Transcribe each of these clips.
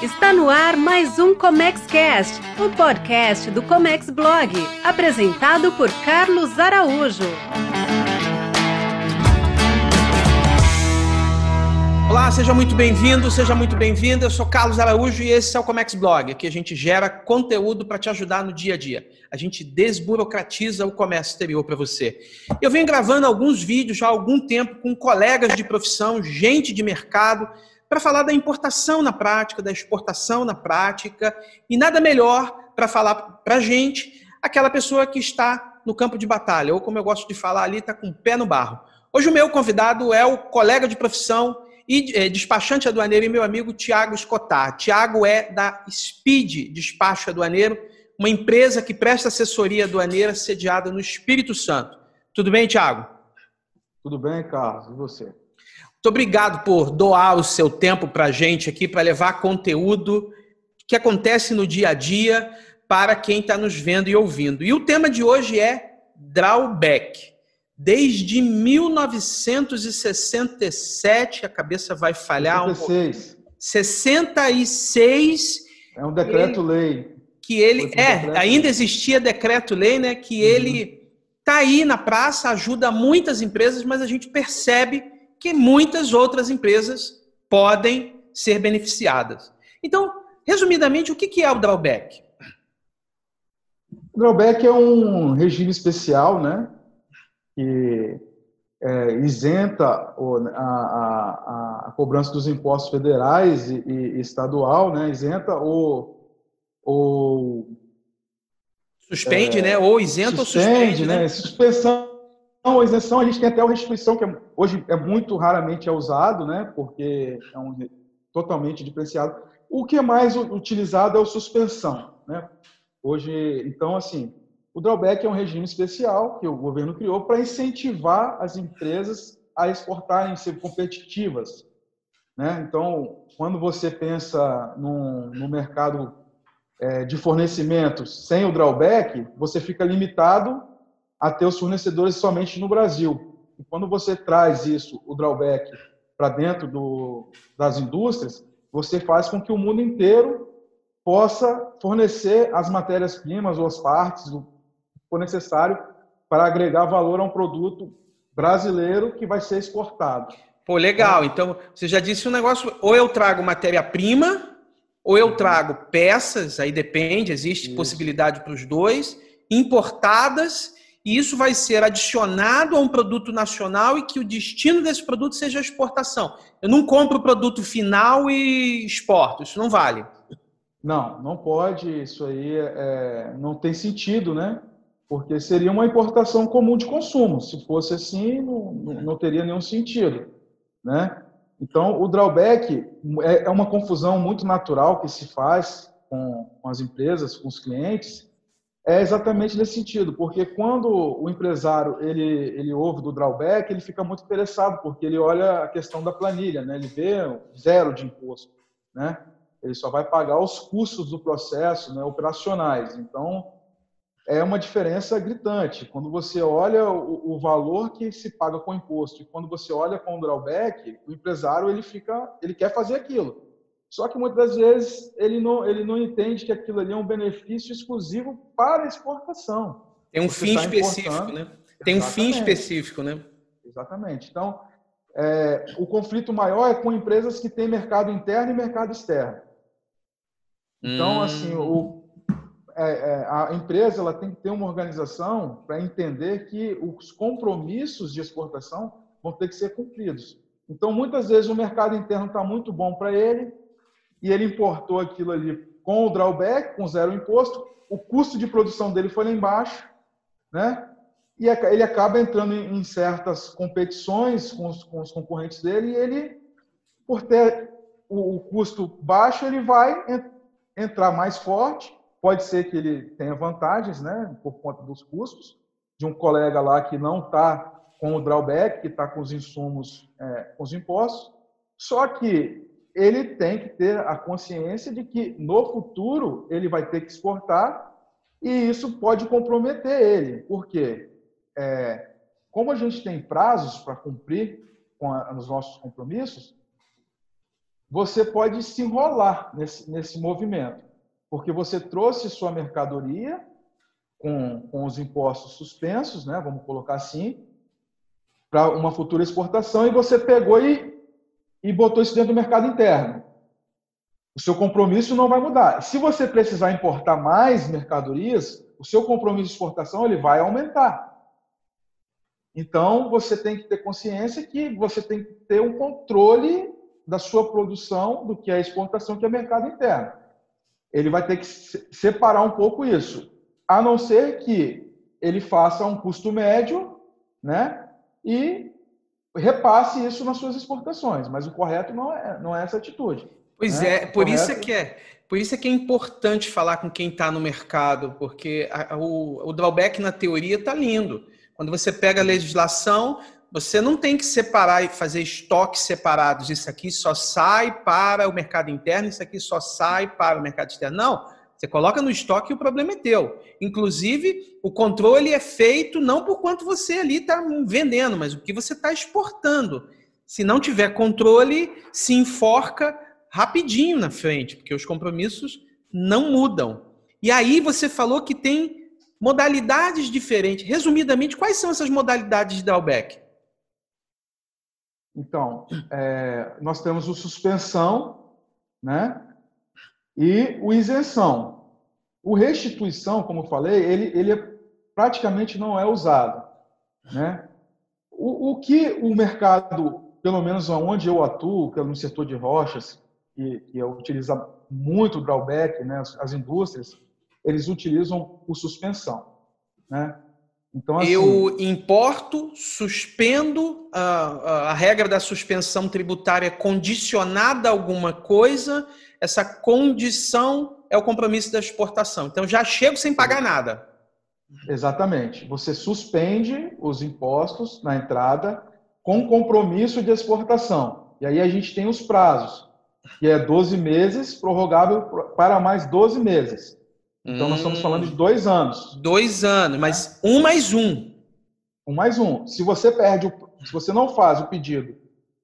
Está no ar mais um ComexCast, o podcast do Comex Blog, apresentado por Carlos Araújo. Olá, seja muito bem-vindo, seja muito bem-vinda. Eu sou Carlos Araújo e esse é o Comex Blog, aqui a gente gera conteúdo para te ajudar no dia a dia. A gente desburocratiza o comércio exterior para você. Eu venho gravando alguns vídeos já há algum tempo com colegas de profissão, gente de mercado, para falar da importação na prática, da exportação na prática, e nada melhor para falar para a gente aquela pessoa que está no campo de batalha, ou como eu gosto de falar ali, está com o pé no barro. Hoje o meu convidado é o colega de profissão e despachante aduaneiro e meu amigo Tiago Escotar. Tiago é da Speed Despacho Aduaneiro, uma empresa que presta assessoria aduaneira sediada no Espírito Santo. Tudo bem, Tiago? Tudo bem, Carlos. E você? Muito obrigado por doar o seu tempo para a gente aqui, para levar conteúdo que acontece no dia a dia para quem está nos vendo e ouvindo. E o tema de hoje é drawback. Desde 1967, a cabeça vai falhar 66. 66. É um decreto-lei. Ainda existia decreto-lei, né? Que ele está aí na praça, ajuda muitas empresas, mas a gente percebe que muitas outras empresas podem ser beneficiadas. Então, resumidamente, o que é o drawback? O drawback é um regime especial, né? Que isenta a cobrança dos impostos federais e estadual, né? Isenta ou suspende, né? Ou isenta ou suspende, né? Suspensão ou isenção, a gente tem até a restituição, que hoje é muito raramente usado, né? Porque é totalmente diferenciado. O que é mais utilizado é o suspensão, né? Hoje, então, assim, o drawback é um regime especial que o governo criou para incentivar as empresas a exportarem, ser competitivas, né? Então, quando você pensa no mercado de fornecimentos sem o drawback, você fica limitado a ter os fornecedores somente no Brasil. E quando você traz isso, o drawback, para dentro das indústrias, você faz com que o mundo inteiro possa fornecer as matérias-primas ou as partes que for necessário para agregar valor a um produto brasileiro que vai ser exportado. Pô, legal. Então, você já disse um negócio, ou eu trago matéria-prima, ou eu trago peças, aí depende, existe possibilidade para os dois, importadas, e isso vai ser adicionado a um produto nacional e que o destino desse produto seja a exportação. Eu não compro o produto final e exporto, isso não vale. Não pode, isso aí não tem sentido, né? Porque seria uma importação comum de consumo. Se fosse assim, não teria nenhum sentido, né? Então, o drawback é uma confusão muito natural que se faz com as empresas, com os clientes, é exatamente nesse sentido, porque quando o empresário ele ouve do drawback, ele fica muito interessado, porque ele olha a questão da planilha, né? Ele vê zero de imposto, né? Ele só vai pagar os custos do processo, né, operacionais. Então, é uma diferença gritante. Quando você olha o valor que se paga com imposto e quando você olha com o drawback, o empresário ele quer fazer aquilo. Só que muitas das vezes ele não entende que aquilo ali é um benefício exclusivo para a exportação. Tem um fim específico, né? Tem um fim específico, né? Exatamente. Então, o conflito maior é com empresas que têm mercado interno e mercado externo. Então, assim, a empresa ela tem que ter uma organização para entender que os compromissos de exportação vão ter que ser cumpridos. Então, muitas vezes o mercado interno está muito bom para ele e ele importou aquilo ali com o drawback, com zero imposto, o custo de produção dele foi lá embaixo, né? E ele acaba entrando em certas competições com os concorrentes dele e ele, por ter o custo baixo, ele vai entrar mais forte. Pode ser que ele tenha vantagens, né, por conta dos custos, de um colega lá que não está com o drawback, que está com os insumos, com os impostos. Só que ele tem que ter a consciência de que no futuro ele vai ter que exportar e isso pode comprometer ele. Por quê? Como a gente tem prazos para cumprir com os nossos compromissos, você pode se enrolar nesse movimento, porque você trouxe sua mercadoria com os impostos suspensos, né, vamos colocar assim, para uma futura exportação, e você pegou e botou isso dentro do mercado interno. O seu compromisso não vai mudar. Se você precisar importar mais mercadorias, o seu compromisso de exportação ele vai aumentar. Então, você tem que ter consciência que você tem que ter um controle da sua produção, do que é exportação, que é mercado interno. Ele vai ter que separar um pouco isso, a não ser que ele faça um custo médio, né, e repasse isso nas suas exportações. Mas o correto não é essa atitude. Pois né? é, por isso é que é importante falar com quem está no mercado, porque o drawback na teoria está lindo. Quando você pega a legislação, você não tem que separar e fazer estoques separados. Isso aqui só sai para o mercado interno, isso aqui só sai para o mercado externo. Não, você coloca no estoque e o problema é teu. Inclusive, o controle é feito não por quanto você ali está vendendo, mas o que você está exportando. Se não tiver controle, se enforca rapidinho na frente, porque os compromissos não mudam. E aí você falou que tem modalidades diferentes. Resumidamente, quais são essas modalidades de drawback? Então, nós temos o suspensão, né? E o isenção. O restituição, como eu falei, ele praticamente não é usado, né? O que o mercado, pelo menos onde eu atuo, que é no setor de rochas, que utiliza muito o drawback, né? As indústrias, eles utilizam o suspensão, né? Então, assim, eu importo, suspendo, a regra da suspensão tributária condicionada a alguma coisa, essa condição é o compromisso da exportação. Então, já chego sem pagar nada. Exatamente. Você suspende os impostos na entrada com compromisso de exportação. E aí a gente tem os prazos, que é 12 meses, prorrogável para mais 12 meses. Então, nós estamos falando de 2 anos. 2 anos, mas 1 mais 1. 1 mais 1. Se você não faz o pedido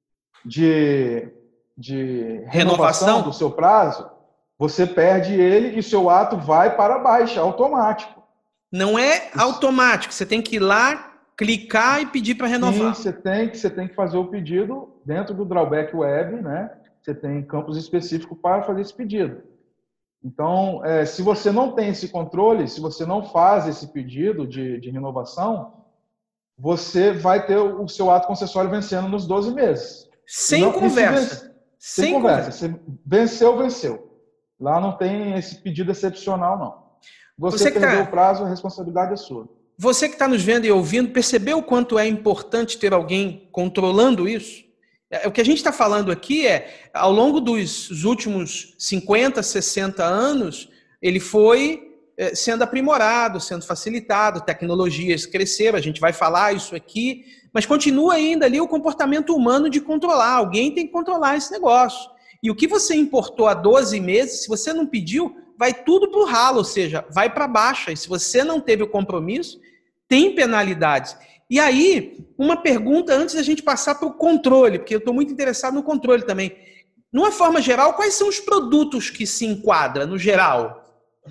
de renovação do seu prazo, você perde ele e o seu ato vai para baixa, automático. Não é automático, você tem que ir lá, clicar e pedir para renovar. Sim, você tem que fazer o pedido dentro do Drawback Web, né? Você tem campos específicos para fazer esse pedido. Então, se você não tem esse controle, se você não faz esse pedido de renovação, você vai ter o seu ato concessório vencendo nos 12 meses. Sem conversa. Sem conversa. Você venceu. Lá não tem esse pedido excepcional, não. Você perdeu o prazo, a responsabilidade é sua. Você que está nos vendo e ouvindo, percebeu o quanto é importante ter alguém controlando isso? O que a gente está falando aqui ao longo dos últimos 50, 60 anos, ele foi sendo aprimorado, sendo facilitado, tecnologias cresceram, a gente vai falar isso aqui, mas continua ainda ali o comportamento humano de controlar, alguém tem que controlar esse negócio. E o que você importou há 12 meses, se você não pediu, vai tudo para o ralo, ou seja, vai para baixa, e se você não teve o compromisso, tem penalidades. E aí, uma pergunta antes da gente passar para o controle, porque eu estou muito interessado no controle também. Numa forma geral, quais são os produtos que se enquadram, no geral?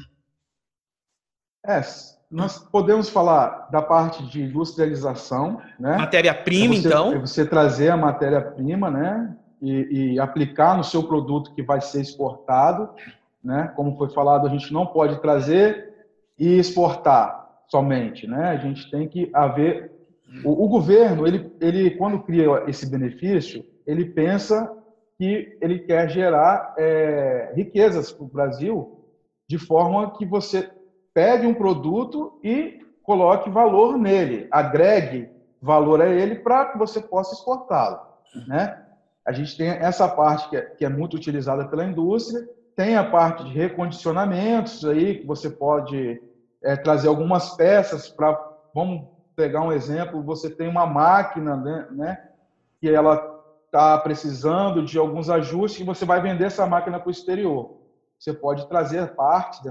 Nós podemos falar da parte de industrialização, né? Matéria-prima, então. Você trazer a matéria-prima, né? E aplicar no seu produto que vai ser exportado, né? Como foi falado, a gente não pode trazer e exportar somente, né? A gente tem que haver... O governo, ele quando cria esse benefício, ele pensa que ele quer gerar riquezas para o Brasil de forma que você pegue um produto e coloque valor nele, agregue valor a ele para que você possa exportá-lo, né? A gente tem essa parte que é muito utilizada pela indústria, tem a parte de recondicionamentos aí, que você pode trazer algumas peças para... Vamos pegar um exemplo, você tem uma máquina, né, que ela está precisando de alguns ajustes e você vai vender essa máquina para o exterior. Você pode trazer parte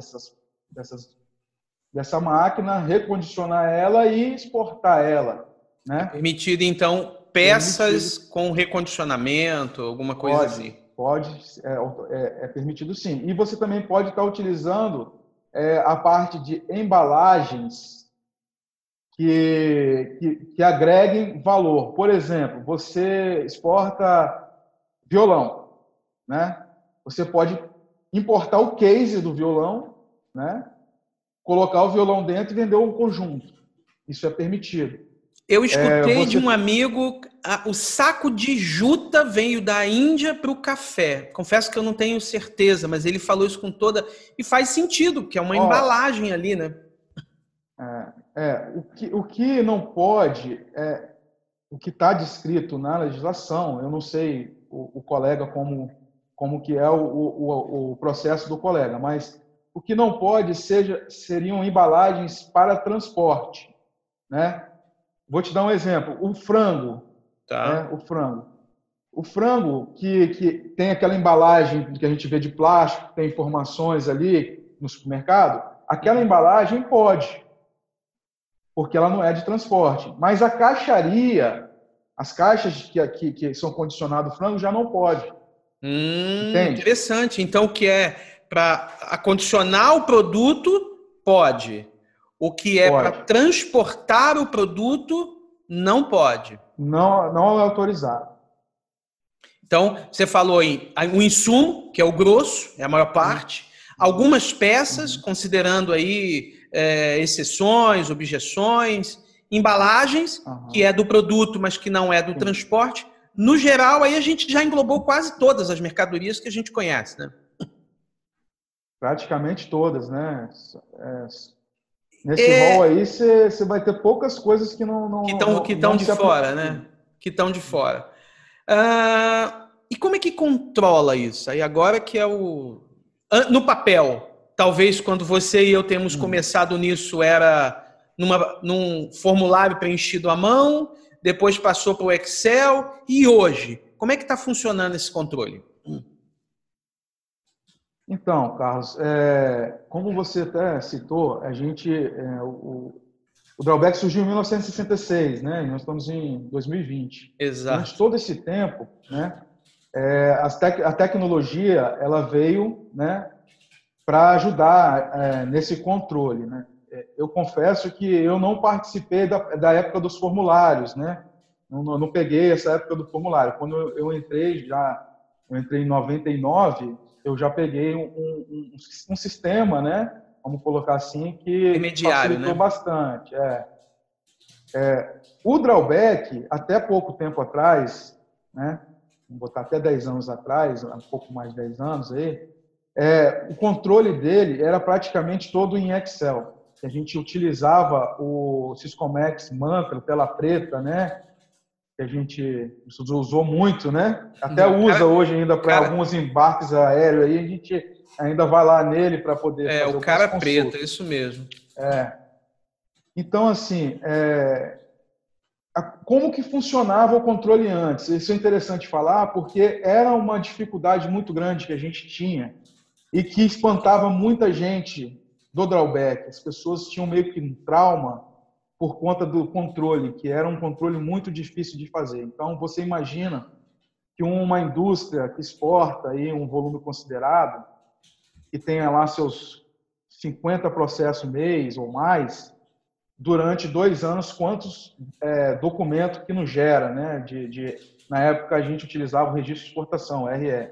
dessa máquina, recondicionar ela e exportar ela, né? Permitido, então, peças com recondicionamento, alguma coisa assim. Pode, é permitido sim. E você também pode estar utilizando a parte de embalagens que agreguem valor. Por exemplo, você exporta violão, né? Você pode importar o case do violão, né? Colocar o violão dentro e vender um conjunto. Isso é permitido. Eu escutei de um amigo, o saco de juta veio da Índia para o café. Confesso que eu não tenho certeza, mas ele falou isso com toda... E faz sentido, porque é uma embalagem ali, né? O que não pode, o que está descrito na legislação, eu não sei o colega como que é o processo do colega, mas o que não pode seriam embalagens para transporte, né? Vou te dar um exemplo. O frango. Tá. Né? O frango que tem aquela embalagem que a gente vê de plástico, tem informações ali no supermercado, aquela embalagem pode, porque ela não é de transporte. Mas a caixaria, as caixas que são condicionadas ao frango já não pode. Interessante. Então, o que é para acondicionar o produto, pode. O que é para transportar o produto, não pode. Não é autorizado. Então, você falou em o insumo, que é o grosso, é a maior parte. Algumas peças, considerando aí exceções, objeções. Embalagens, que é do produto, mas que não é do transporte. No geral, aí a gente já englobou quase todas as mercadorias que a gente conhece, né? Praticamente todas, né? Nesse rol aí, você vai ter poucas coisas que não estão de fora, né? Que estão de fora. E como é que controla isso? Aí agora que é no papel, talvez quando você e eu temos começado nisso era num formulário preenchido à mão, depois passou para o Excel, e hoje? Como é que está funcionando esse controle? Então, Carlos, como você até citou, o drawback surgiu em 1966, né? E nós estamos em 2020. Exato. Durante todo esse tempo, né? A tecnologia ela veio, né? Para ajudar nesse controle, né? Eu confesso que eu não participei da época dos formulários, né? Não peguei essa época do formulário. Quando eu entrei em 99. Eu já peguei um sistema, né? Vamos colocar assim, que facilitou, né? Bastante. O drawback, até pouco tempo atrás, né? Vamos botar até 10 anos atrás, um pouco mais de 10 anos aí, o controle dele era praticamente todo em Excel. A gente utilizava o Syscomex Mantra, tela preta, né? Que a gente usou muito, né? Até usa hoje ainda para alguns embarques aéreos aí, a gente ainda vai lá nele para poder fazer o cara preto, é isso mesmo. Então, assim, como que funcionava o controle antes? Isso é interessante falar, porque era uma dificuldade muito grande que a gente tinha e que espantava muita gente do drawback. As pessoas tinham meio que um trauma por conta do controle, que era um controle muito difícil de fazer. Então, você imagina que uma indústria que exporta aí um volume considerado, que tenha lá seus 50 processos mês ou mais, durante 2 anos, quantos documentos que nos gera, né? Na época, a gente utilizava o registro de exportação, RE.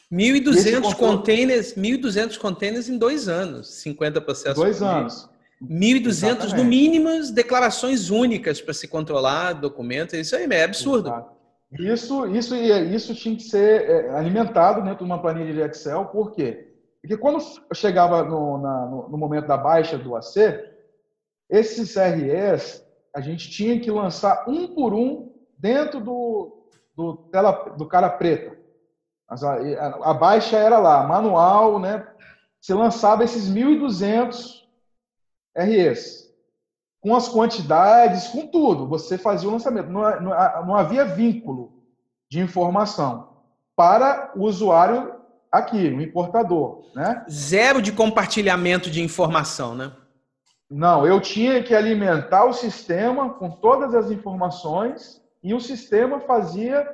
1.200 containers em 2 anos, 50 processos. 2 anos. 1.200 no mínimo declarações únicas para se controlar documentos. Isso aí é absurdo. Isso tinha que ser alimentado dentro de uma planilha de Excel. Por quê? Porque quando chegava no momento da baixa do AC, esses REs a gente tinha que lançar um por um dentro do cara preta. A baixa era lá, manual, né? Você lançava esses 1.200 REs, com as quantidades, com tudo. Você fazia o lançamento. Não havia vínculo de informação para o usuário aqui, o importador, né? Zero de compartilhamento de informação, né? Não, eu tinha que alimentar o sistema com todas as informações e o sistema fazia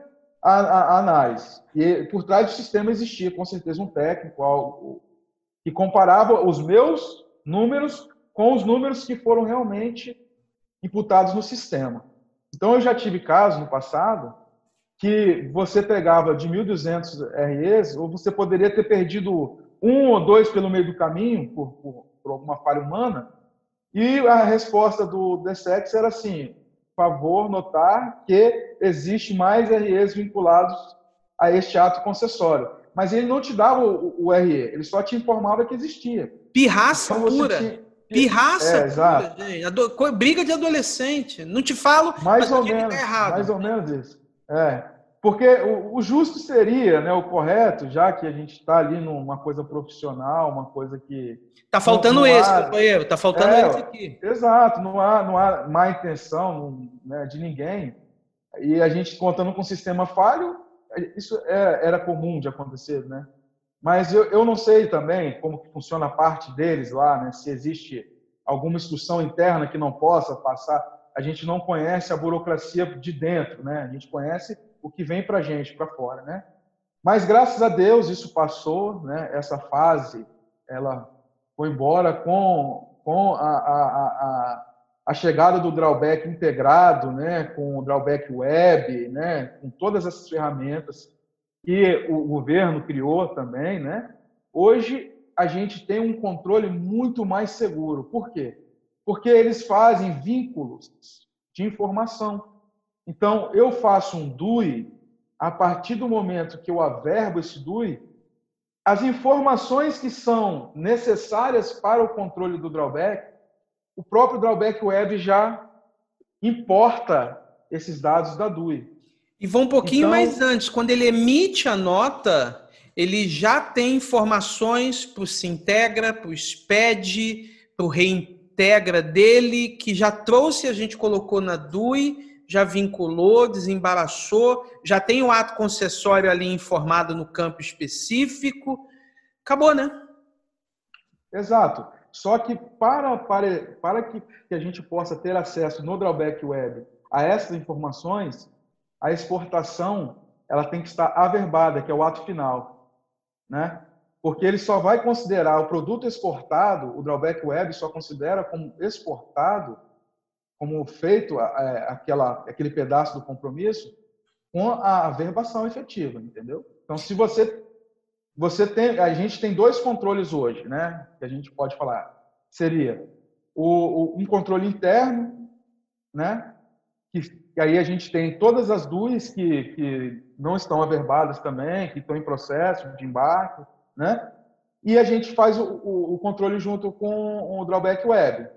a análise. E por trás do sistema existia, com certeza, um técnico algo, que comparava os meus números com os números que foram realmente imputados no sistema. Então, eu já tive casos no passado que você pegava de 1.200 REs, ou você poderia ter perdido 1 ou 2 pelo meio do caminho, por alguma falha humana, e a resposta do DSEX era assim: favor notar que existe mais REs vinculados a este ato concessório. Mas ele não te dava o RE, ele só te informava que existia. Pirraça então, pura. Pirraça pura, exato. gente. Briga de adolescente. Não te falo, mais ou ele menos, tá errado. Mais ou menos isso. Porque o justo seria, né, o correto, já que a gente está ali numa coisa profissional, uma coisa que... Tá faltando esse, companheiro. Tá faltando esse aqui. Exato. Não há má intenção, né, de ninguém. E a gente contando com um sistema falho, isso era comum de acontecer, né? Mas eu não sei também como que funciona a parte deles lá, né? Se existe alguma instrução interna que não possa passar. A gente não conhece a burocracia de dentro, né? A gente conhece o que vem para a gente, para fora, né? Mas, graças a Deus, isso passou, né? Essa fase, ela foi embora com a chegada do drawback integrado, né? Com o drawback web, né? Com todas essas ferramentas que o governo criou também, né? Hoje, a gente tem um controle muito mais seguro. Por quê? Porque eles fazem vínculos de informação. Então, eu faço um DUI, a partir do momento que eu averbo esse DUI, as informações que são necessárias para o controle do drawback, o próprio drawback web já importa esses dados da DUI. E vão um pouquinho mais antes. Quando ele emite a nota, ele já tem informações para o Sintegra, para o SPED, para o Reintegra dele, que já trouxe, a gente colocou na DUI, já vinculou, desembaraçou, já tem o ato concessório ali informado no campo específico. Acabou, né? Exato. Só que para que a gente possa ter acesso no drawback web a essas informações, a exportação ela tem que estar averbada, que é o ato final, né? Porque ele só vai considerar o produto exportado, o drawback web só considera como exportado, como feito aquele pedaço do compromisso, com a averbação efetiva, entendeu? Então, se você tem, a gente tem 2 controles hoje, né? Que a gente pode falar, seria um controle interno, né? Que aí a gente tem todas as DUIs que não estão averbadas também, que estão em processo de embarque, né? E a gente faz o controle junto com o drawback web,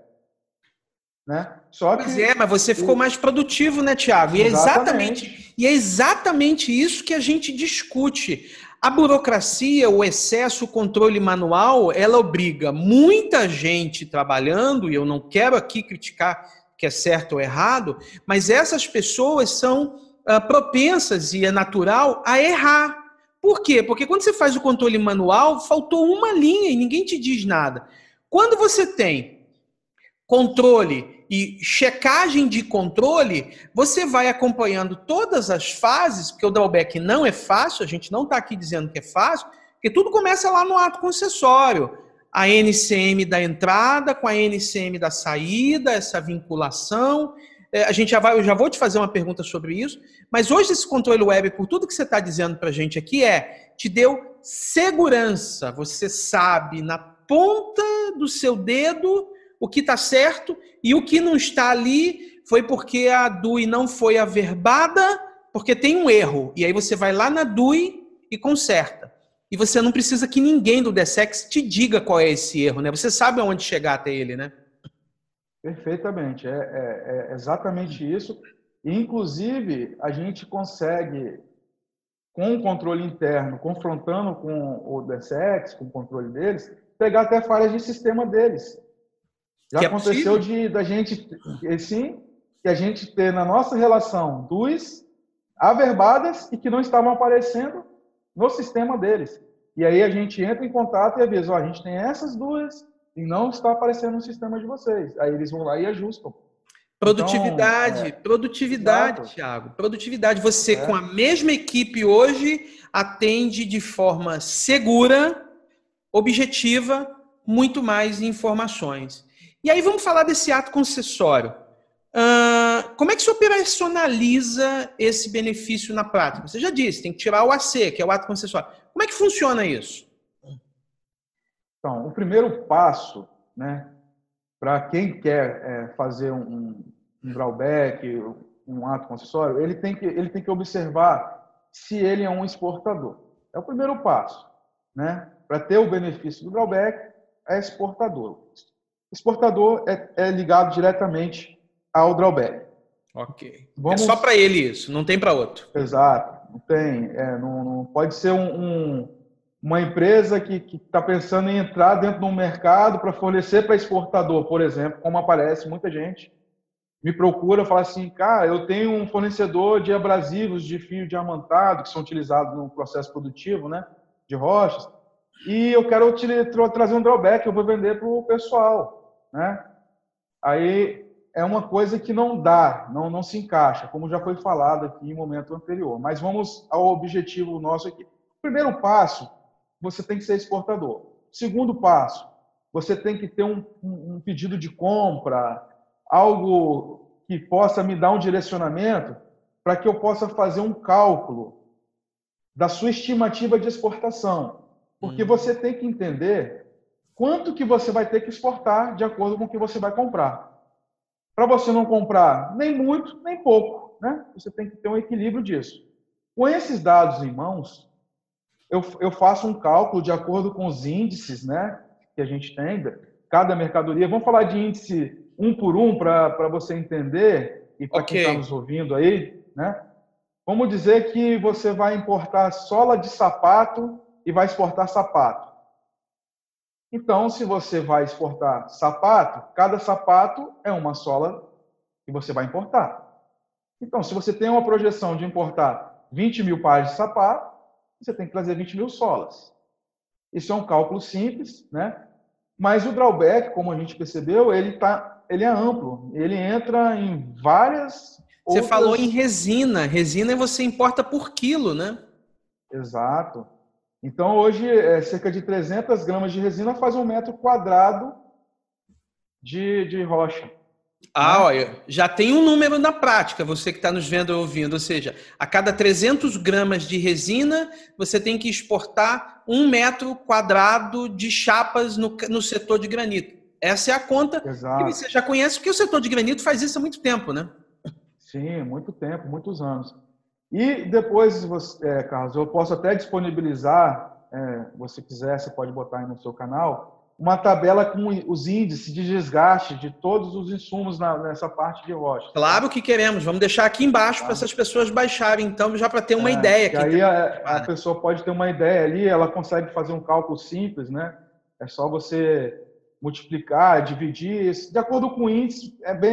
né? Mas você ficou mais produtivo, né, Thiago? E é exatamente isso que a gente discute. A burocracia, o excesso, o controle manual, ela obriga muita gente trabalhando, e eu não quero aqui criticar que é certo ou errado, mas essas pessoas são propensas, e é natural, a errar. Por quê? Porque quando você faz o controle manual, faltou uma linha e ninguém te diz nada. Quando você tem controle e checagem de controle, você vai acompanhando todas as fases, porque o drawback não é fácil, a gente não está aqui dizendo que é fácil, porque tudo começa lá no ato concessório. A NCM da entrada com a NCM da saída, essa vinculação. Eu já vou te fazer uma pergunta sobre isso, mas hoje esse controle web, por tudo que você está dizendo para a gente aqui, te deu segurança. Você sabe na ponta do seu dedo o que está certo e o que não está ali foi porque a DUI não foi averbada, porque tem um erro. E aí você vai lá na DUI e conserta. E você não precisa que ninguém do DSEX te diga qual é esse erro, né? Você sabe aonde chegar até ele, né? Perfeitamente. É exatamente isso. E, inclusive, a gente consegue, com o controle interno, confrontando com o DSEX, com o controle deles, pegar até falhas de sistema deles. Já aconteceu da gente, sim, que a gente ter na nossa relação DUIs averbadas e que não estavam aparecendo no sistema deles. E aí a gente entra em contato e avisa, a gente tem essas DUIs e não está aparecendo no sistema de vocês. Aí eles vão lá e ajustam. Produtividade, Então, produtividade, exato. Thiago. Produtividade. Você, com a mesma equipe hoje, atende de forma segura, objetiva, muito mais informações. E aí vamos falar desse ato concessório. Como é que se operacionaliza esse benefício na prática? Você já disse, tem que tirar o AC, que é o ato concessório. Como é que funciona isso? Então, o primeiro passo, né, para quem quer fazer um drawback, um ato concessório, ele tem que observar se ele é um exportador. É o primeiro passo, né? Para ter o benefício do drawback, é exportador. Exportador é ligado diretamente ao drawback. Ok. É só para ele isso, não tem para outro. Exato. Não tem. Não pode ser uma empresa que está pensando em entrar dentro de um mercado para fornecer para exportador, por exemplo, como aparece muita gente me procura, fala assim, cara, eu tenho um fornecedor de abrasivos de fio diamantado que são utilizados no processo produtivo, né, de rochas, e eu quero trazer um drawback, eu vou vender para o pessoal, né? Aí é uma coisa que não dá, não se encaixa, como já foi falado aqui em momento anterior. Mas vamos ao objetivo nosso aqui. Primeiro passo, você tem que ser exportador. Segundo passo, você tem que ter um pedido de compra, algo que possa me dar um direcionamento para que eu possa fazer um cálculo da sua estimativa de exportação. Porque você tem que entender quanto que você vai ter que exportar de acordo com o que você vai comprar. Para você não comprar nem muito, nem pouco, né? Você tem que ter um equilíbrio disso. Com esses dados em mãos, eu faço um cálculo de acordo com os índices, né, que a gente tem, cada mercadoria. Vamos falar de índice um por um para você entender e para quem está nos ouvindo aí, né? Vamos dizer que você vai importar sola de sapato e vai exportar sapato. Então, se você vai exportar sapato, cada sapato é uma sola que você vai importar. Então, se você tem uma projeção de importar 20 mil pares de sapato, você tem que trazer 20 mil solas. Isso é um cálculo simples, né? Mas o drawback, como a gente percebeu, ele é amplo. Ele entra em várias outras... Você falou em resina. Resina você importa por quilo, né? Exato. Então, hoje, cerca de 300 gramas de resina faz 1 metro quadrado de rocha. Olha, já tem um número na prática, você que está nos vendo ou ouvindo, ou seja, a cada 300 gramas de resina, você tem que exportar 1 metro quadrado de chapas no setor de granito. Essa é a conta que você já conhece, porque o setor de granito faz isso há muito tempo, né? Sim, muito tempo, muitos anos. E depois, Carlos, eu posso até disponibilizar, se quiser, você pode botar aí no seu canal, uma tabela com os índices de desgaste de todos os insumos nessa parte de rocha. Claro que queremos. Vamos deixar aqui embaixo para essas pessoas baixarem, então, já para ter uma ideia. Que aí a pessoa pode ter uma ideia ali, ela consegue fazer um cálculo simples, né? É só você multiplicar, dividir. De acordo com o índice,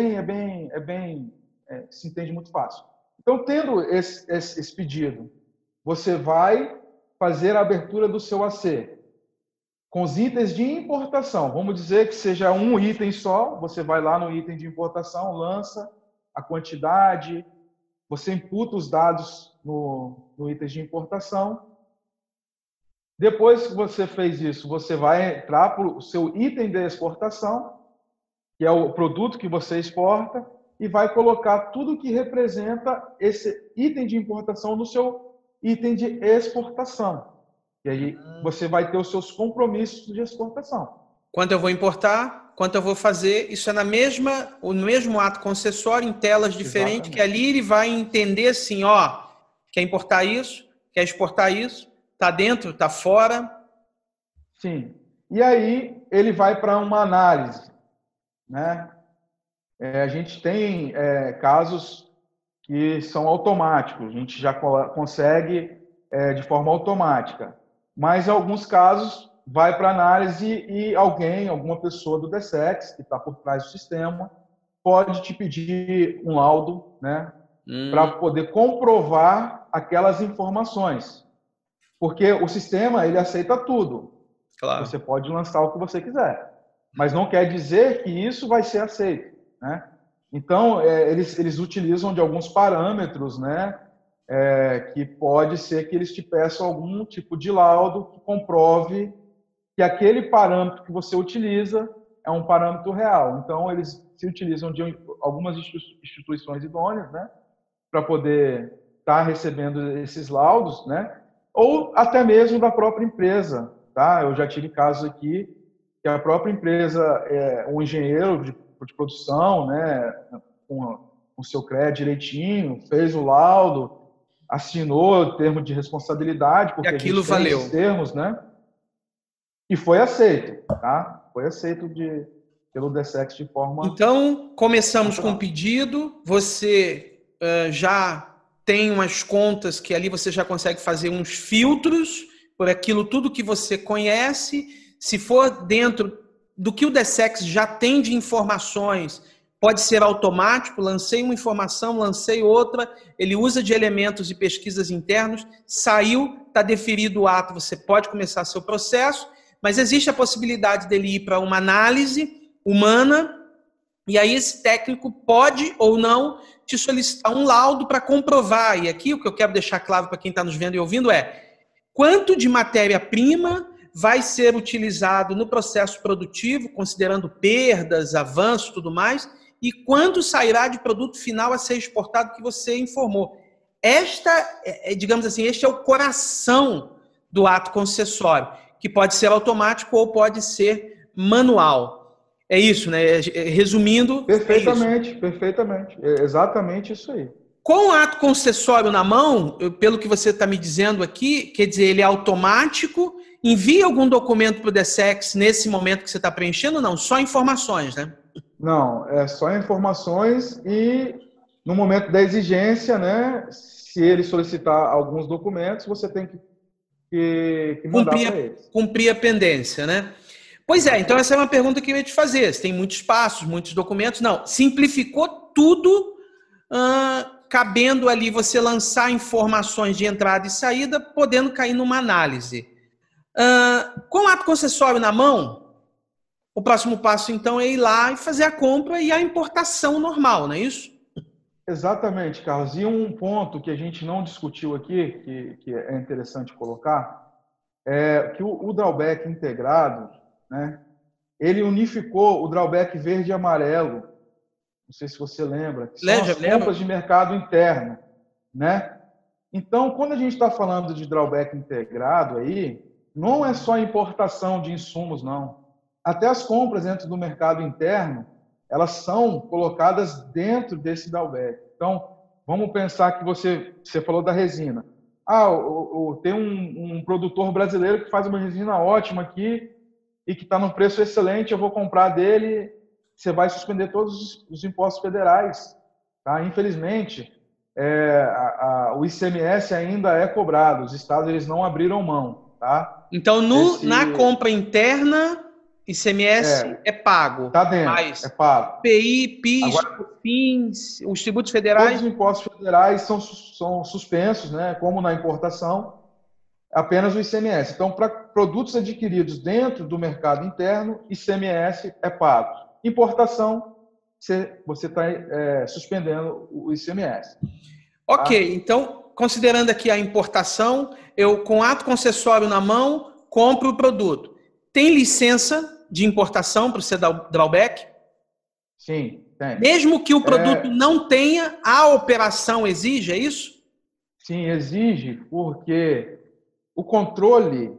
se entende muito fácil. Então, tendo esse pedido, você vai fazer a abertura do seu AC com os itens de importação. Vamos dizer que seja um item só, você vai lá no item de importação, lança a quantidade, você imputa os dados no item de importação. Depois que você fez isso, você vai entrar para o seu item de exportação, que é o produto que você exporta, e vai colocar tudo que representa esse item de importação no seu item de exportação. E aí você vai ter os seus compromissos de exportação. Quanto eu vou importar, quanto eu vou fazer, isso é no mesmo ato concessório, em telas diferentes, exatamente, que ali ele vai entender assim, quer importar isso, quer exportar isso, está dentro, está fora. Sim. E aí ele vai para uma análise, né? A gente tem casos que são automáticos, a gente já consegue de forma automática. Mas, em alguns casos, vai para análise e alguma pessoa do DSEX, que está por trás do sistema, pode te pedir um laudo, né, para poder comprovar aquelas informações. Porque o sistema, ele aceita tudo. Claro. Você pode lançar o que você quiser. Mas não quer dizer que isso vai ser aceito, né? Então, eles utilizam de alguns parâmetros, né? Que pode ser que eles te peçam algum tipo de laudo que comprove que aquele parâmetro que você utiliza é um parâmetro real. Então, eles se utilizam de algumas instituições idôneas, né? Para poder estar recebendo esses laudos, né? Ou até mesmo da própria empresa, tá? Eu já tive casos aqui que a própria empresa, um engenheiro de produção, né, com o seu CREA direitinho, fez o laudo, assinou o termo de responsabilidade, porque e aquilo a gente tem esses termos, né? E foi aceito, tá? Foi aceito pelo DSEX de forma... Então, começamos com o pedido, você já tem umas contas que ali você já consegue fazer uns filtros por aquilo tudo que você conhece. Se for dentro do que o DSEX já tem de informações, pode ser automático, lancei uma informação, lancei outra, ele usa de elementos e pesquisas internos, saiu, está deferido o ato, você pode começar seu processo, mas existe a possibilidade dele ir para uma análise humana, e aí esse técnico pode ou não te solicitar um laudo para comprovar. E aqui o que eu quero deixar claro para quem está nos vendo e ouvindo quanto de matéria-prima vai ser utilizado no processo produtivo, considerando perdas, avanços, tudo mais, e quanto sairá de produto final a ser exportado que você informou. Digamos assim, este é o coração do ato concessório, que pode ser automático ou pode ser manual. É isso, né? Resumindo... Perfeitamente, perfeitamente. É exatamente isso aí. Com o ato concessório na mão, pelo que você está me dizendo aqui, quer dizer, ele é automático, envia algum documento para o DSEX nesse momento que você está preenchendo ou não? Só informações, né? Não, é só informações e no momento da exigência, né? Se ele solicitar alguns documentos, você tem que mandar para eles. Cumprir a pendência, né? Pois é, então essa é uma pergunta que eu ia te fazer. Você tem muitos passos, muitos documentos. Não, simplificou tudo, cabendo ali você lançar informações de entrada e saída, podendo cair numa análise. Com o ato concessório na mão, o próximo passo, então, é ir lá e fazer a compra e a importação normal, não é isso? Exatamente, Carlos. E um ponto que a gente não discutiu aqui, que é interessante colocar, é que o drawback integrado, né, ele unificou o drawback verde e amarelo. Não sei se você lembra. Que são as compras de mercado interno, né? Então, quando a gente está falando de drawback integrado aí, não é só a importação de insumos, não. Até as compras dentro do mercado interno, elas são colocadas dentro desse drawback. Então, vamos pensar que você falou da resina. Tem um produtor brasileiro que faz uma resina ótima aqui e que está num preço excelente, eu vou comprar dele, você vai suspender todos os impostos federais. Tá? Infelizmente, o ICMS ainda é cobrado, os estados eles não abriram mão. Tá? Então, na compra interna, ICMS é pago. Está dentro, é pago. PI, PIS, PINs, os tributos federais... Todos os impostos federais são suspensos, né? Como na importação, apenas o ICMS. Então, para produtos adquiridos dentro do mercado interno, ICMS é pago. Importação, você está suspendendo o ICMS. Ok, tá? Então, considerando aqui a importação, eu, com ato concessório na mão, compro o produto. Tem licença de importação para você dar drawback? Sim, tem. Mesmo que o produto não tenha, a operação exige, é isso? Sim, exige, porque o controle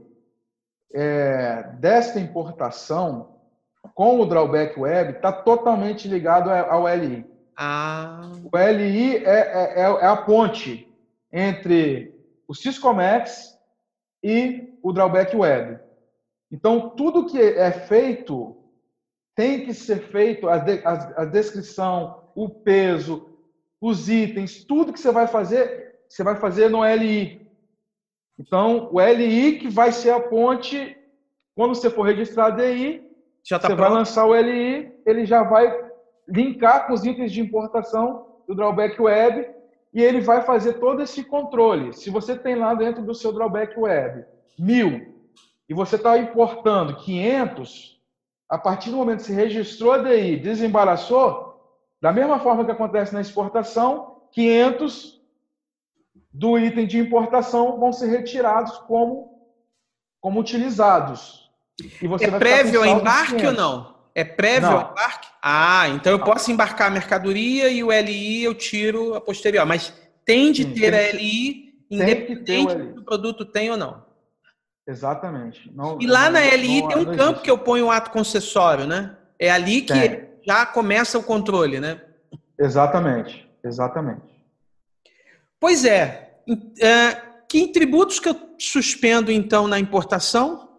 desta importação com o drawback web está totalmente ligado ao LI. O LI é a ponte entre o Syscomex e o drawback web. Então, tudo que é feito tem que ser feito, a descrição, o peso, os itens, tudo que você vai fazer no LI. Então, o LI que vai ser a ponte, quando você for registrar a DI, você vai lançar o LI, ele já vai linkar com os itens de importação do drawback web e ele vai fazer todo esse controle. Se você tem lá dentro do seu drawback web 1.000 e você está importando 500, a partir do momento que você registrou a DI, desembaraçou, Da mesma forma que acontece na exportação, 500 do item de importação vão ser retirados como utilizados. E você vai prévio ao ficar com embarque ou não? É prévio ao embarque? Ah, então eu posso embarcar a mercadoria e o LI eu tiro a posterior. Mas tem de ter a LI, independente do produto tem ou não. Exatamente. E lá na LI tem um campo que eu ponho o ato concessório, né? É ali que já começa o controle, né? Exatamente, exatamente. Pois é. Que tributos que eu suspendo, então, na importação?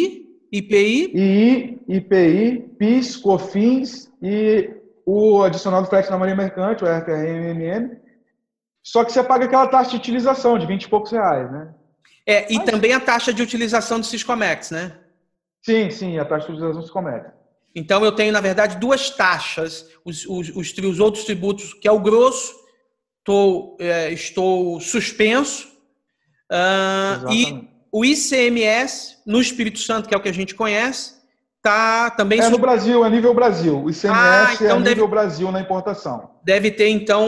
IPI, PIS, COFINS e o adicional do frete na marinha mercante, o RFRMM. Só que você paga aquela taxa de utilização de 20 e poucos reais, né? E também a taxa de utilização do Siscomex, né? Sim, a taxa de utilização do Siscomex. Então eu tenho, na verdade, duas taxas. Os outros tributos, que é o grosso, estou suspenso. E o ICMS, no Espírito Santo, que é o que a gente conhece, está também... no Brasil, a nível Brasil. O ICMS então é a nível Brasil na importação. Deve ter, então,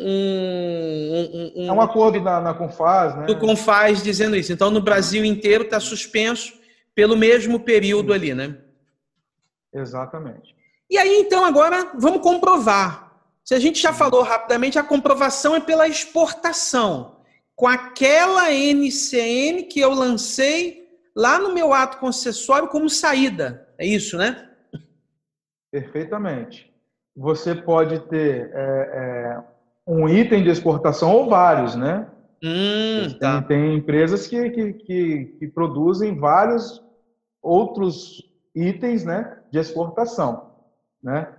é um acordo na Confaz, né? Do Confaz dizendo isso. Então, no Brasil inteiro está suspenso pelo mesmo período ali, né? Exatamente. E aí, então, agora, vamos comprovar. Se a gente já falou rapidamente, a comprovação é pela exportação. Com aquela NCM que eu lancei lá no meu ato concessório como saída. É isso, né? Perfeitamente. Você pode ter um item de exportação ou vários, né? Tem empresas que produzem vários outros itens, né, de exportação, né?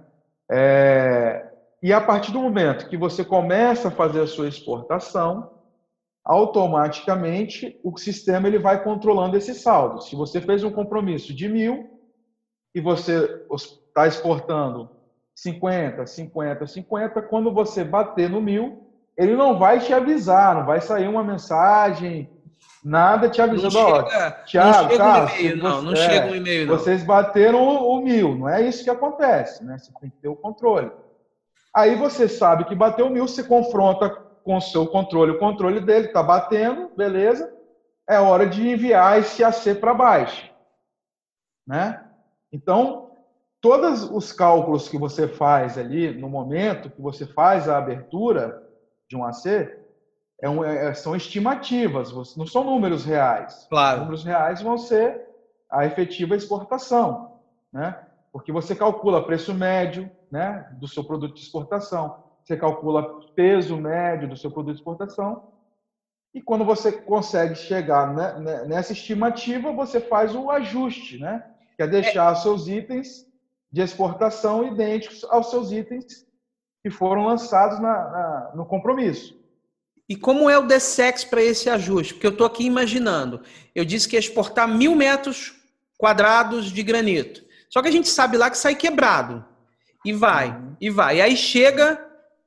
E a partir do momento que você começa a fazer a sua exportação, automaticamente o sistema ele vai controlando esse saldo. Se você fez um compromisso de 1.000 e você está exportando 50, quando você bater no 1.000, ele não vai te avisar, não vai sair uma mensagem, nada te avisando. Thiago, não chega um e-mail, não. Vocês bateram o 1.000, não é isso que acontece, né? Você tem que ter o controle. Aí você sabe que bateu 1.000, você confronta com o seu controle, o controle dele está batendo, beleza? É hora de enviar esse AC para baixo, né? Então, todos os cálculos que você faz ali no momento que você faz a abertura de um AC são estimativas, não são números reais. Claro. Os números reais vão ser a efetiva exportação, né? Porque você calcula preço médio, né, do seu produto de exportação, você calcula peso médio do seu produto de exportação, e quando você consegue chegar, né, nessa estimativa, você faz o ajuste, né? Que é deixar os seus itens de exportação idênticos aos seus itens que foram lançados no compromisso. E como é o DSEX para esse ajuste? Porque eu estou aqui imaginando. Eu disse que ia exportar 1.000 metros quadrados de granito. Só que a gente sabe lá que sai quebrado. E vai. E aí chega...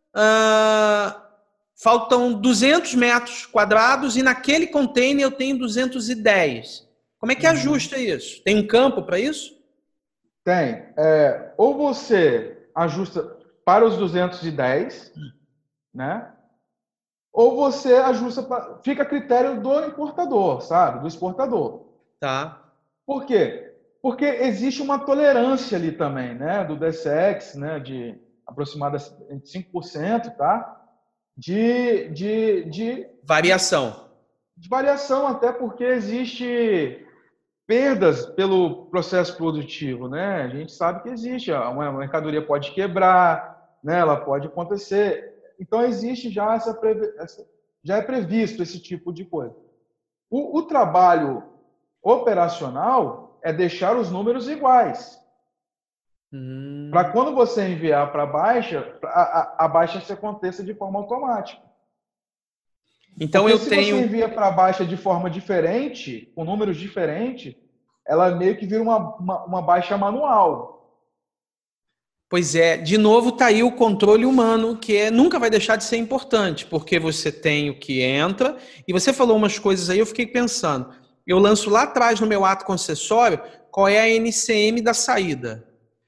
faltam 200 metros quadrados e naquele container eu tenho 210. Como é que ajusta isso? Tem um campo para isso? Tem. Ou você ajusta para os 210, né? Ou você ajusta fica a critério do importador, sabe? Do exportador. Tá. Por quê? Porque existe uma tolerância ali também, né? Do DSEX, né? De aproximadamente 5%, tá? De variação. De variação, até porque existe perdas pelo processo produtivo, né? A gente sabe que existe. Uma mercadoria pode quebrar, né? Ela pode acontecer. Então, existe já já é previsto esse tipo de coisa. O trabalho operacional é deixar os números iguais. Para quando você enviar para a baixa se aconteça de forma automática. Então, se você envia para a baixa de forma diferente, com números diferentes, ela meio que vira uma baixa manual. Pois é, de novo está aí o controle humano, que nunca vai deixar de ser importante, porque você tem o que entra, e você falou umas coisas aí, eu fiquei pensando, eu lanço lá atrás no meu ato concessório, qual é a NCM da saída.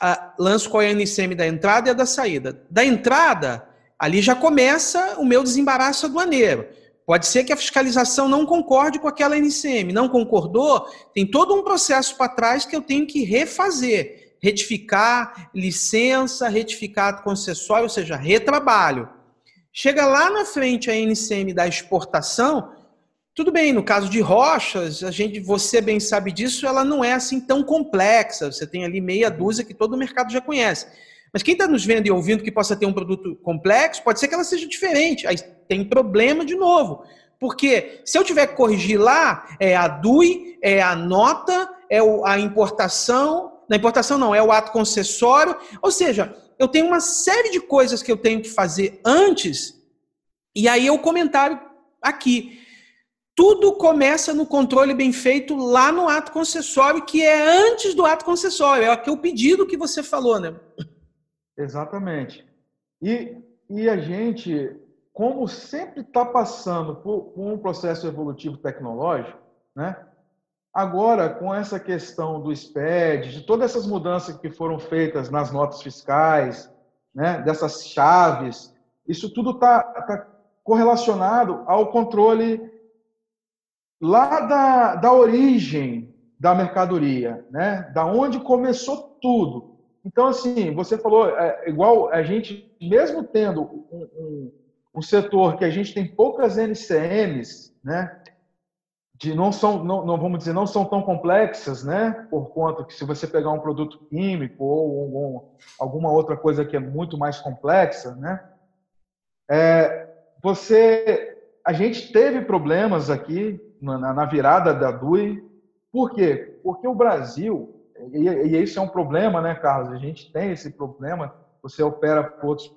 lanço qual é a NCM da entrada e a da saída. Da entrada, ali já começa o meu desembaraço aduaneiro. Pode ser que a fiscalização não concorde com aquela NCM. Não concordou, tem todo um processo para trás que eu tenho que refazer. Retificar licença, retificar concessório, ou seja, retrabalho. Chega lá na frente a NCM da exportação, tudo bem, no caso de rochas, você bem sabe disso, ela não é assim tão complexa. Você tem ali meia dúzia que todo o mercado já conhece. Mas quem está nos vendo e ouvindo que possa ter um produto complexo, pode ser que ela seja diferente. Aí tem problema de novo. Porque se eu tiver que corrigir lá, é a DUI, é a nota, é a importação. Na importação não, é o ato concessório. Ou seja, eu tenho uma série de coisas que eu tenho que fazer antes. E aí é o comentário aqui. Tudo começa no controle bem feito lá no ato concessório, que é antes do ato concessório. É o pedido que você falou, né? Exatamente. E a gente, como sempre está passando por um processo evolutivo tecnológico, né? Agora, com essa questão do SPED, de todas essas mudanças que foram feitas nas notas fiscais, né? Dessas chaves, isso tudo está correlacionado ao controle lá da origem da mercadoria, né? Da onde começou tudo. Então, assim, você falou, igual a gente, mesmo tendo um setor que a gente tem poucas NCMs, né? Não vamos dizer, não são tão complexas, né? Por conta que se você pegar um produto químico ou alguma outra coisa que é muito mais complexa, né? A gente teve problemas aqui na virada da DUI. Por quê? Porque o Brasil, e isso é um problema, né, Carlos? A gente tem esse problema, você opera por outros.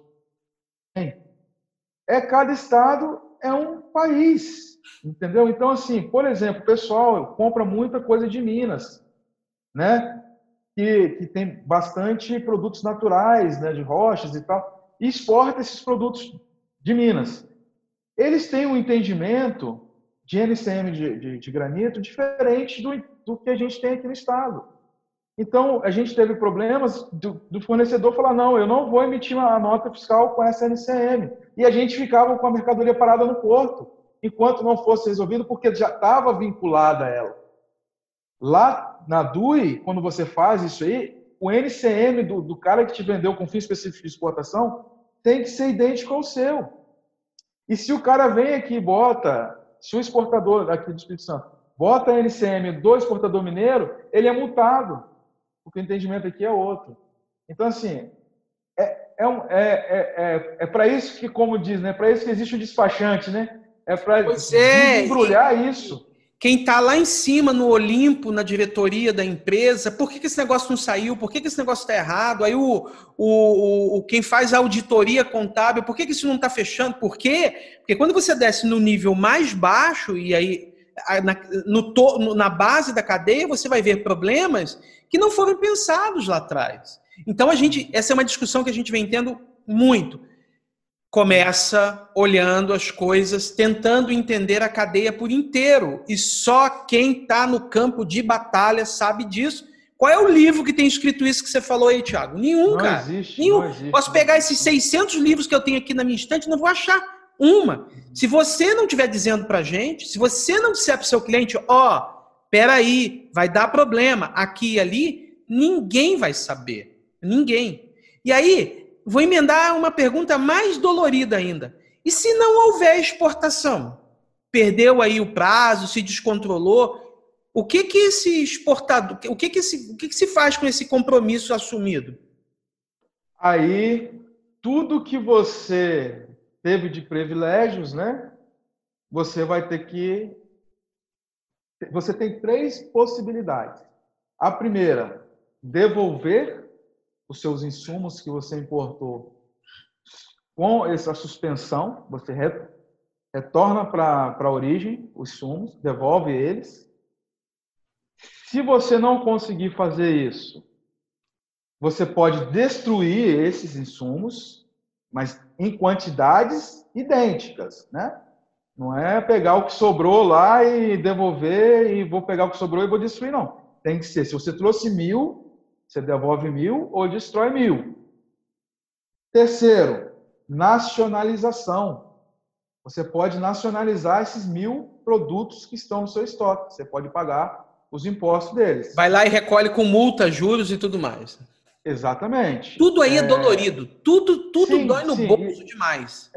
Cada estado é um país, entendeu? Então, assim, por exemplo, o pessoal compra muita coisa de Minas, né? Que tem bastante produtos naturais, né, de rochas e tal, e exporta esses produtos de Minas. Eles têm um entendimento de NCM de granito diferente do que a gente tem aqui no estado. Então, a gente teve problemas do fornecedor falar, não, eu não vou emitir uma nota fiscal com essa NCM. E a gente ficava com a mercadoria parada no porto, enquanto não fosse resolvido, porque já estava vinculada a ela. Lá na DUI, quando você faz isso aí, o NCM do cara que te vendeu com fim específico de exportação tem que ser idêntico ao seu. E se o cara vem aqui e bota, se o exportador aqui do Espírito Santo bota a NCM do exportador mineiro, ele é multado, porque o entendimento aqui é outro. Então, assim, é para isso que, como diz, né? Para isso que existe o despachante, né? É para desembrulhar isso. Quem está lá em cima, no Olimpo, na diretoria da empresa, por que esse negócio não saiu? Por que esse negócio está errado? Aí quem faz a auditoria contábil, por que isso não está fechando? Por quê? Porque quando você desce no nível mais baixo, e aí na base da cadeia, você vai ver problemas que não foram pensados lá atrás. Então, essa é uma discussão que a gente vem tendo muito. Começa olhando as coisas, tentando entender a cadeia por inteiro. E só quem está no campo de batalha sabe disso. Qual é o livro que tem escrito isso que você falou aí, Thiago? Nenhum, cara. Nenhum. Não existe. Posso pegar esses 600 livros que eu tenho aqui na minha estante, não vou achar uma. Se você não estiver dizendo para a gente, se você não disser para o seu cliente, peraí, vai dar problema aqui e ali, ninguém vai saber. Ninguém. E aí, vou emendar uma pergunta mais dolorida ainda. E se não houver exportação? Perdeu aí o prazo, se descontrolou? O que esse exportador, o que se faz com esse compromisso assumido? Aí, tudo que você teve de privilégios, né? Você tem 3 possibilidades. A primeira, devolver os seus insumos que você importou com essa suspensão, você retorna para a origem os insumos, devolve eles. Se você não conseguir fazer isso, você pode destruir esses insumos, mas em quantidades idênticas, né? Não é pegar o que sobrou lá e devolver e vou pegar o que sobrou e vou destruir, não. Tem que ser, se você trouxe 1000, você devolve 1.000 ou destrói 1.000. Terceiro, nacionalização. Você pode nacionalizar esses 1.000 produtos que estão no seu estoque. Você pode pagar os impostos deles. Vai lá e recolhe com multa, juros e tudo mais. Exatamente. Tudo aí é dolorido. Tudo dói no bolso demais.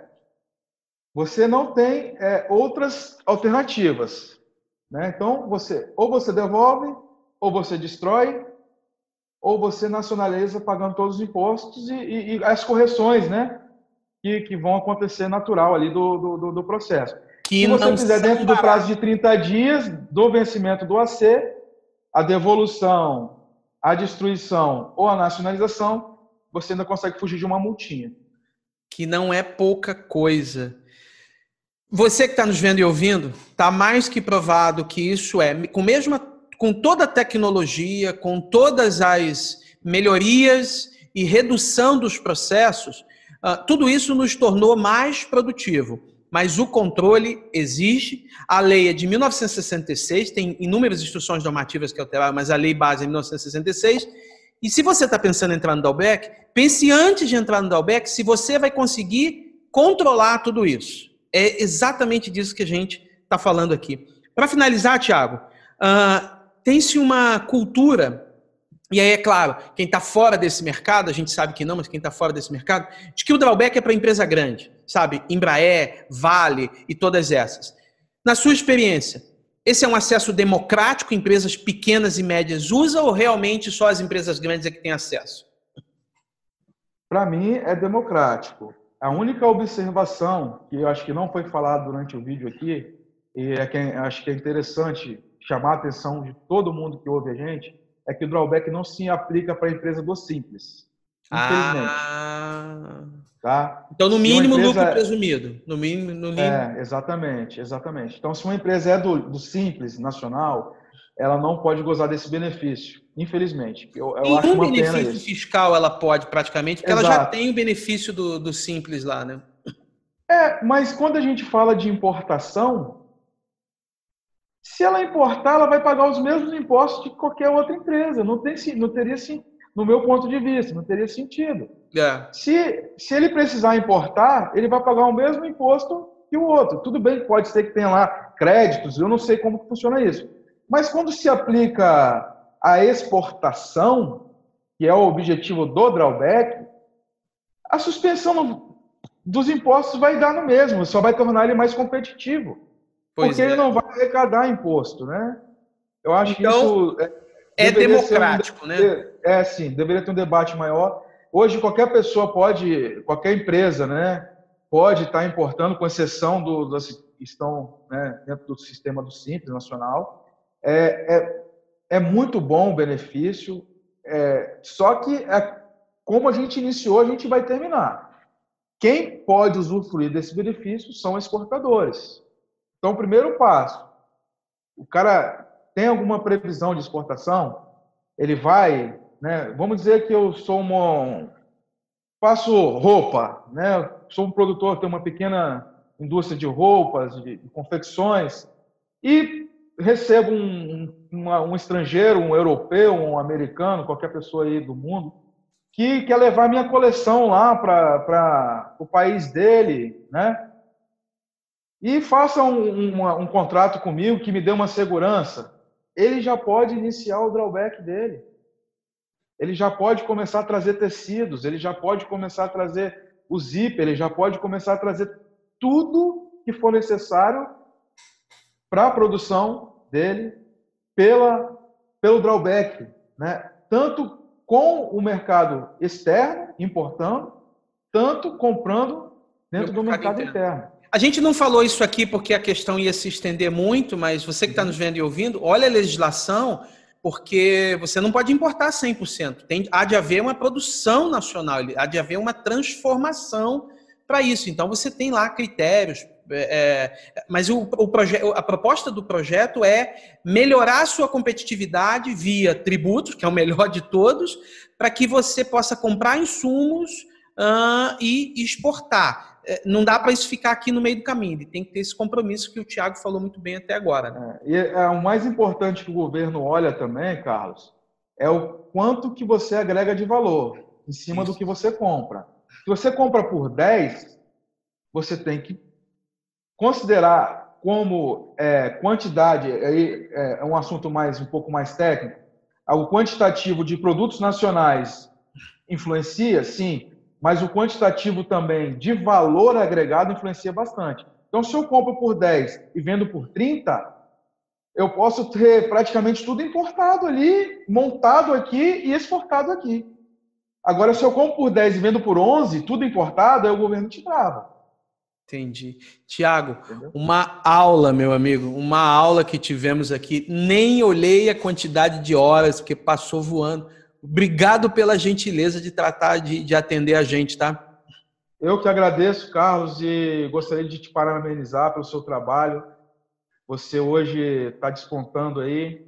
Você não tem outras alternativas, né? Então, ou você devolve, ou você destrói, ou você nacionaliza pagando todos os impostos e as correções, né? Que vão acontecer natural ali do processo. Se você fizer dentro do prazo de 30 dias do vencimento do AC, a devolução, a destruição ou a nacionalização, você ainda consegue fugir de uma multinha. Que não é pouca coisa. Você que está nos vendo e ouvindo, está mais que provado que isso com toda a tecnologia, com todas as melhorias e redução dos processos, tudo isso nos tornou mais produtivo. Mas o controle existe. A lei é de 1966, tem inúmeras instruções normativas que alteraram, mas a lei base é 1966. E se você está pensando em entrar no Dalbec, pense antes de entrar no Dalbec se você vai conseguir controlar tudo isso. É exatamente disso que a gente está falando aqui. Para finalizar, Thiago, tem-se uma cultura, e aí é claro, quem está fora desse mercado, a gente sabe que não, mas quem está fora desse mercado, de que o drawback é para empresa grande, sabe? Embraer, Vale e todas essas. Na sua experiência, esse é um acesso democrático, empresas pequenas e médias usam, ou realmente só as empresas grandes é que têm acesso? Para mim, é democrático. A única observação, que eu acho que não foi falado durante o vídeo aqui, e acho que é interessante chamar a atenção de todo mundo que ouve a gente, é que o drawback não se aplica para a empresa do Simples. Infelizmente. Tá? Então, no mínimo, lucro presumido. No mínimo. Exatamente. Então, se uma empresa é do Simples Nacional, ela não pode gozar desse benefício, infelizmente. Eu acho uma pena isso. Benefício fiscal ela pode, praticamente, porque ela já tem o benefício do Simples lá, né? Mas quando a gente fala de importação, se ela importar, ela vai pagar os mesmos impostos de qualquer outra empresa. Não teria, no meu ponto de vista, não teria sentido. Se ele precisar importar, ele vai pagar o mesmo imposto que o outro. Tudo bem, pode ser que tenha lá créditos, eu não sei como funciona isso. Mas quando se aplica a exportação, que é o objetivo do drawback, a suspensão dos impostos vai dar no mesmo, só vai tornar ele mais competitivo. Porque ele não vai arrecadar imposto, né? Eu acho que isso é democrático, né? Sim, deveria ter um debate maior. Hoje qualquer empresa, né, pode estar importando, com exceção das que estão, né, dentro do sistema do Simples Nacional. É muito bom o benefício, só que como a gente iniciou, a gente vai terminar. Quem pode usufruir desse benefício são exportadores. Então, o primeiro passo, o cara tem alguma previsão de exportação, ele vai, né, vamos dizer que eu faço roupa, né, sou um produtor, tenho uma pequena indústria de roupas, de confecções, e recebo um estrangeiro, um europeu, um americano, qualquer pessoa aí do mundo, que quer levar minha coleção lá para o país dele, né? E faça um contrato comigo que me dê uma segurança. Ele já pode iniciar o drawback dele. Ele já pode começar a trazer tecidos, ele já pode começar a trazer o zíper, ele já pode começar a trazer tudo que for necessário para a produção dele pelo drawback, né? Tanto com o mercado externo, importando, tanto comprando dentro do mercado interno. A gente não falou isso aqui porque a questão ia se estender muito, mas você que está nos vendo e ouvindo, olha a legislação, porque você não pode importar 100%. Há de haver uma produção nacional, há de haver uma transformação para isso. Então, você tem lá critérios, mas a proposta do projeto é melhorar a sua competitividade via tributos, que é o melhor de todos, para que você possa comprar insumos e exportar. Não dá para isso ficar aqui no meio do caminho, ele tem que ter esse compromisso que o Thiago falou muito bem até agora. Né? E o mais importante que o governo olha também, Carlos, é o quanto que você agrega de valor em cima do que você compra. Se você compra por 10, você tem que considerar como quantidade, aí é um assunto um pouco mais técnico, o quantitativo de produtos nacionais influencia, sim, mas o quantitativo também de valor agregado influencia bastante. Então, se eu compro por 10 e vendo por 30, eu posso ter praticamente tudo importado ali, montado aqui e exportado aqui. Agora, se eu compro por 10 e vendo por 11, tudo importado, aí o governo te trava. Entendi. Tiago, uma aula, meu amigo, uma aula que tivemos aqui. Nem olhei a quantidade de horas, porque passou voando. Obrigado pela gentileza de tratar de atender a gente, tá? Eu que agradeço, Carlos, e gostaria de te parabenizar pelo seu trabalho. Você hoje está despontando aí.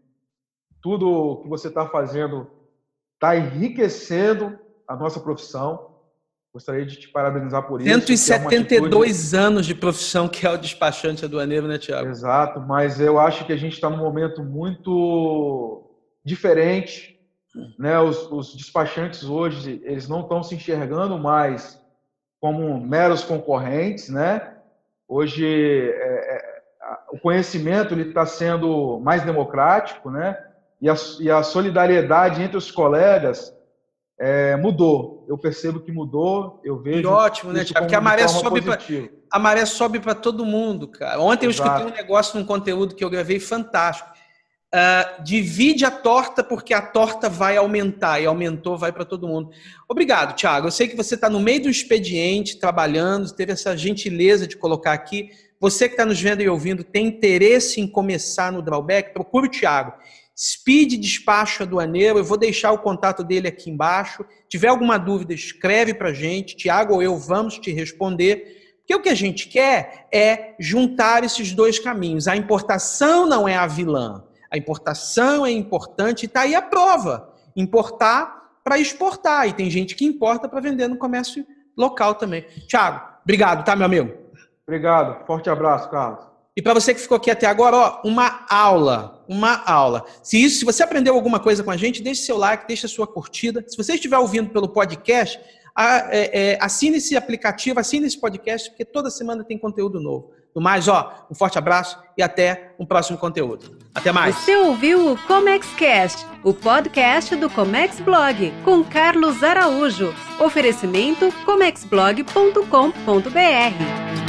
Tudo que você está fazendo está enriquecendo a nossa profissão. Gostaria de te parabenizar por isso. 172 anos de profissão, que é o despachante aduaneiro, né, Tiago? Exato, mas eu acho que a gente está num momento muito diferente, né? Os despachantes hoje, eles não estão se enxergando mais como meros concorrentes, né? Hoje, o conhecimento está sendo mais democrático, né? E a solidariedade entre os colegas mudou. Eu percebo que mudou, eu vejo. E ótimo, né, Tiago? Porque a maré sobe para todo mundo, cara. Ontem eu escutei um negócio num conteúdo que eu gravei fantástico. Divide a torta porque a torta vai aumentar, e aumentou, vai para todo mundo. Obrigado, Tiago. Eu sei que você está no meio do expediente, trabalhando, teve essa gentileza de colocar aqui. Você que está nos vendo e ouvindo, tem interesse em começar no drawback, procure o Tiago. Speed Despacho Aduaneiro, eu vou deixar o contato dele aqui embaixo. Tiver alguma dúvida, escreve para a gente. Tiago ou eu vamos te responder. Porque o que a gente quer é juntar esses dois caminhos. A importação não é a vilã. A importação é importante e está aí a prova. Importar para exportar. E tem gente que importa para vender no comércio local também. Tiago, obrigado, tá, meu amigo? Obrigado. Forte abraço, Carlos. E para você que ficou aqui até agora, ó, uma aula. Se você aprendeu alguma coisa com a gente, deixe seu like, deixe a sua curtida. Se você estiver ouvindo pelo podcast, assine esse aplicativo, assine esse podcast, porque toda semana tem conteúdo novo. No mais, ó, um forte abraço e até um próximo conteúdo. Até mais. Você ouviu o ComexCast, o podcast do Comex Blog, com Carlos Araújo. Oferecimento comexblog.com.br.